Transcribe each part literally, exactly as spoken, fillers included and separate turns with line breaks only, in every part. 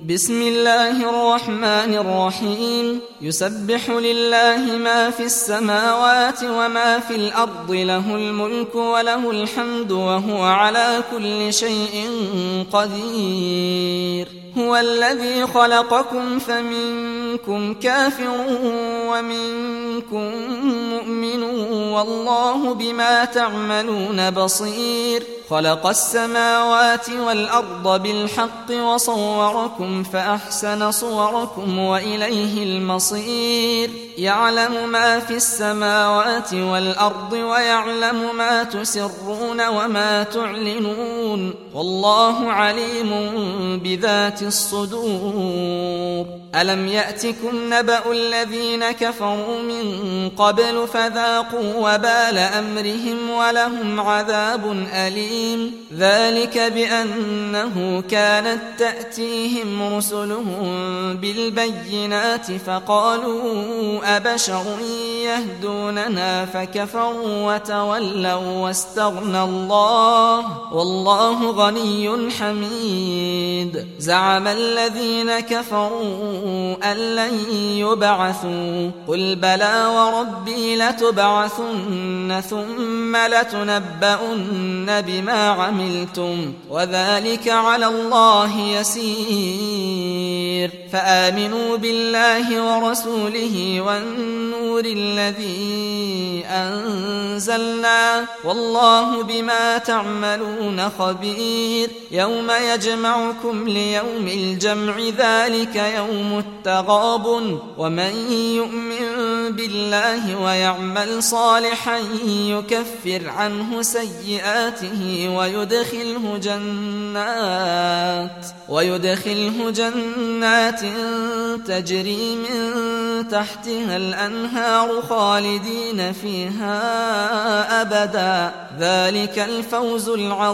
بسم الله الرحمن الرحيم يسبح لله ما في السماوات وما في الأرض له الملك وله الحمد وهو على كل شيء قدير هو الذي خلقكم فمنكم كافر ومنكم مؤمن والله بما تعملون بصير خلق السماوات والأرض بالحق وصوركم فأحسن صوركم وإليه المصير يعلم ما في السماوات والأرض ويعلم ما تسرون وما تعلنون والله عليم بذات الصدور ألم يأتكم نبأ الذين كفروا من قبل فذاقوا وبال أمرهم ولهم عذاب أليم ذلك بأنه كانت تأتيهم رسلهم بالبينات فقالوا أبشر يهدوننا فكفروا وتولوا واستغنى الله والله غني حميد زعم الذين كفروا أن لن يبعثوا قل بلى وربي لتبعثن ثم لتنبؤن بما عملتم وذلك على الله يسير فآمنوا بالله ورسوله والنور الذي أنزلنا والله بما تعملون خبير يوم يجمعكم ليوم الجمع ذلك يوم التغابن ومن يؤمن بالله ويعمل صالحا يكفر عنه سيئاته ويدخله جنات ويدخله جنات تجري من تحتها الأنهار خالدين فيها أبدا ذلك الفوز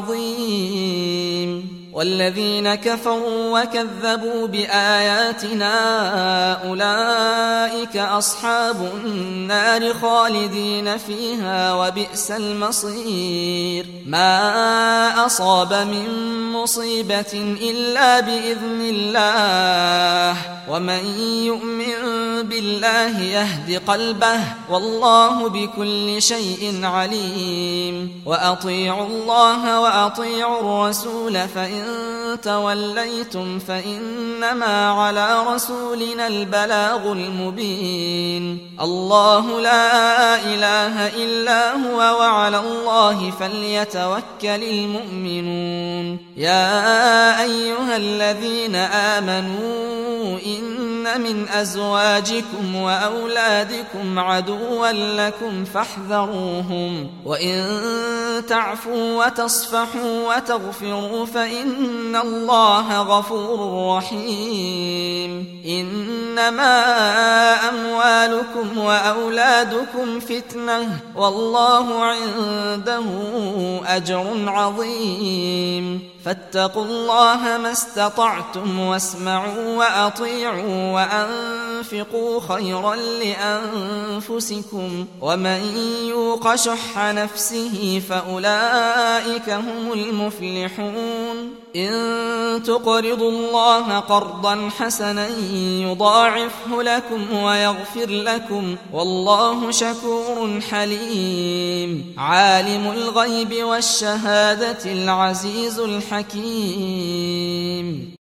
العظيم والذين كفروا وكذبوا بآياتنا أولئك أصحاب النار خالدين فيها وبئس المصير ما أصاب من مصيبة إلا بإذن الله ومن يؤمن بالله يهد قلبه والله بكل شيء عليم وأطيعوا الله وأطيعوا الرسول فإن توليتم فإنما على رسولنا البلاغ المبين الله لا إله إلا هو وعلى الله فليتوكل المؤمنون يا أيها الذين آمنوا إن من أزواجكم وأولادكم عدوا لكم فاحذروهم وإن تعفوا وتصفحوا وتغفروا فإن الله غفور رحيم إنما أموالكم وأولادكم فتنة والله عنده أجر عظيم فاتقوا الله ما استطعتم واسمعوا وأطيعوا وأنفقوا خيرا لأنفسكم ومن يوق شح نفسه فأولئك هم المفلحون إن تقرضوا الله قرضا حسنا يضاعفه لكم ويغفر لكم والله شكور حليم عالم الغيب والشهادة العزيز الحكيم